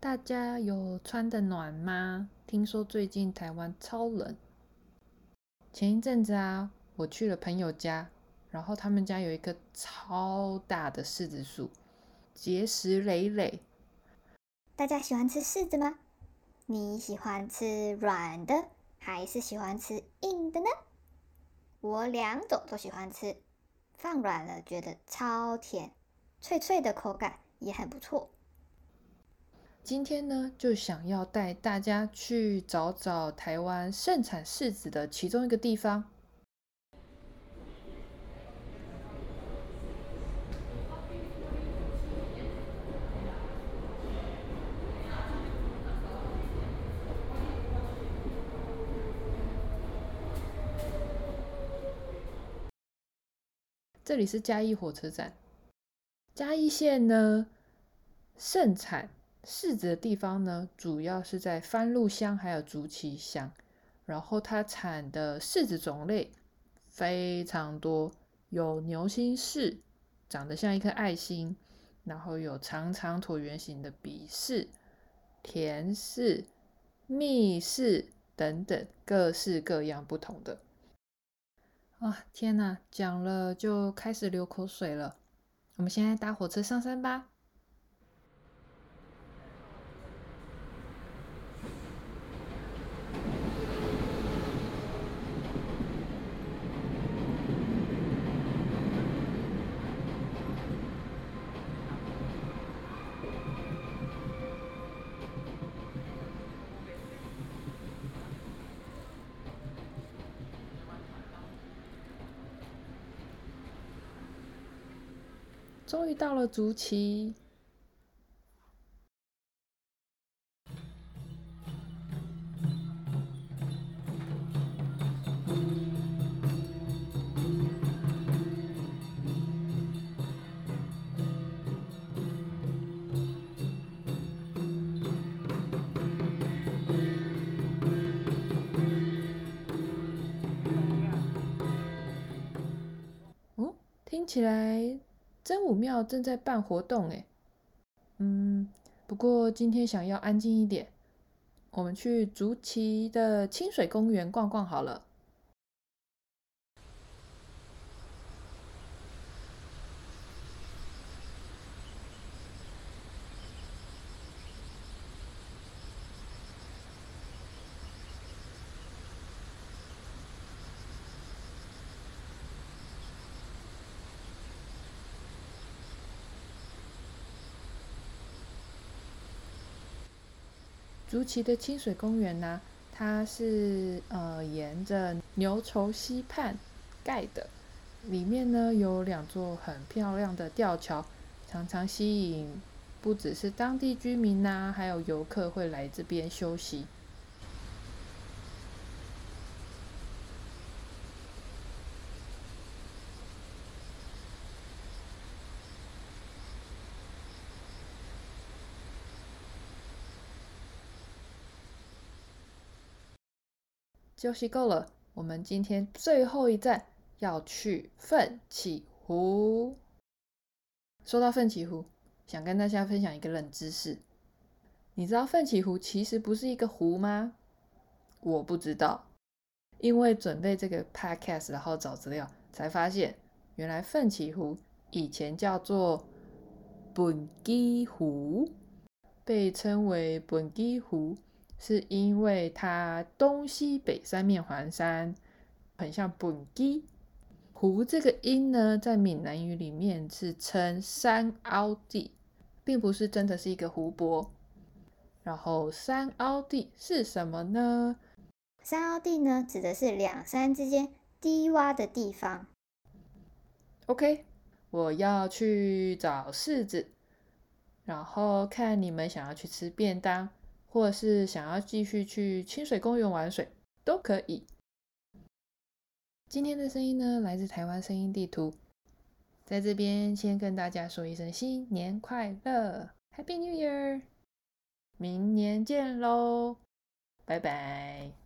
大家有穿得暖吗？听说最近台湾超冷。前一阵子啊，我去了朋友家，然后他们家有一棵超大的柿子树，结实累累。 大家喜欢吃柿子吗？你喜欢吃软的，还是喜欢吃硬的呢？我两种都喜欢吃，放软了觉得超甜，脆脆的口感也很不错。 今天呢，就想要带大家去找找台湾盛产柿子的其中一个地方。这里是嘉义火车站。嘉义县呢，盛产柿子的地方呢，主要是在番路乡还有竹崎乡。然后它产的柿子种类非常多，有牛心柿，长得像一颗爱心，然后有长长椭圆形的笔柿、甜柿、蜜柿等等，各式各样不同的。天哪，讲了就开始流口水了。我们现在搭火车上山吧。终于到了竹崎。听起来真武庙正在办活动耶。不过今天想要安静一点，我们去竹崎的清水公园逛逛好了。竹崎的清水公园呢，它是沿着牛稠溪畔盖的，里面呢有2座很漂亮的吊桥，常常吸引不只是当地居民啊，还有游客会来这边休息。休息够了，我们今天最后一站要去奋起湖。说到奋起湖，想跟大家分享一个冷知识。你知道奋起湖其实不是一个湖吗？我不知道，因为准备这个 podcast 然后找资料，才发现原来奋起湖以前叫做本基湖，被称为本基湖，是因为它东西北三面环山，很像本基。湖这个音呢，在闽南语里面是称山凹地，并不是真的是一个湖泊。然后山凹地是什么呢？ 山凹地呢，指的是两山之间低洼的地方。 OK， 我要去找柿子，然后看你们想要去吃便当，或是想要继续去清水公园玩水，都可以。今天的声音呢，来自台湾声音地图，在这边先跟大家说一声新年快乐 ，Happy New Year！明年见喽，拜拜。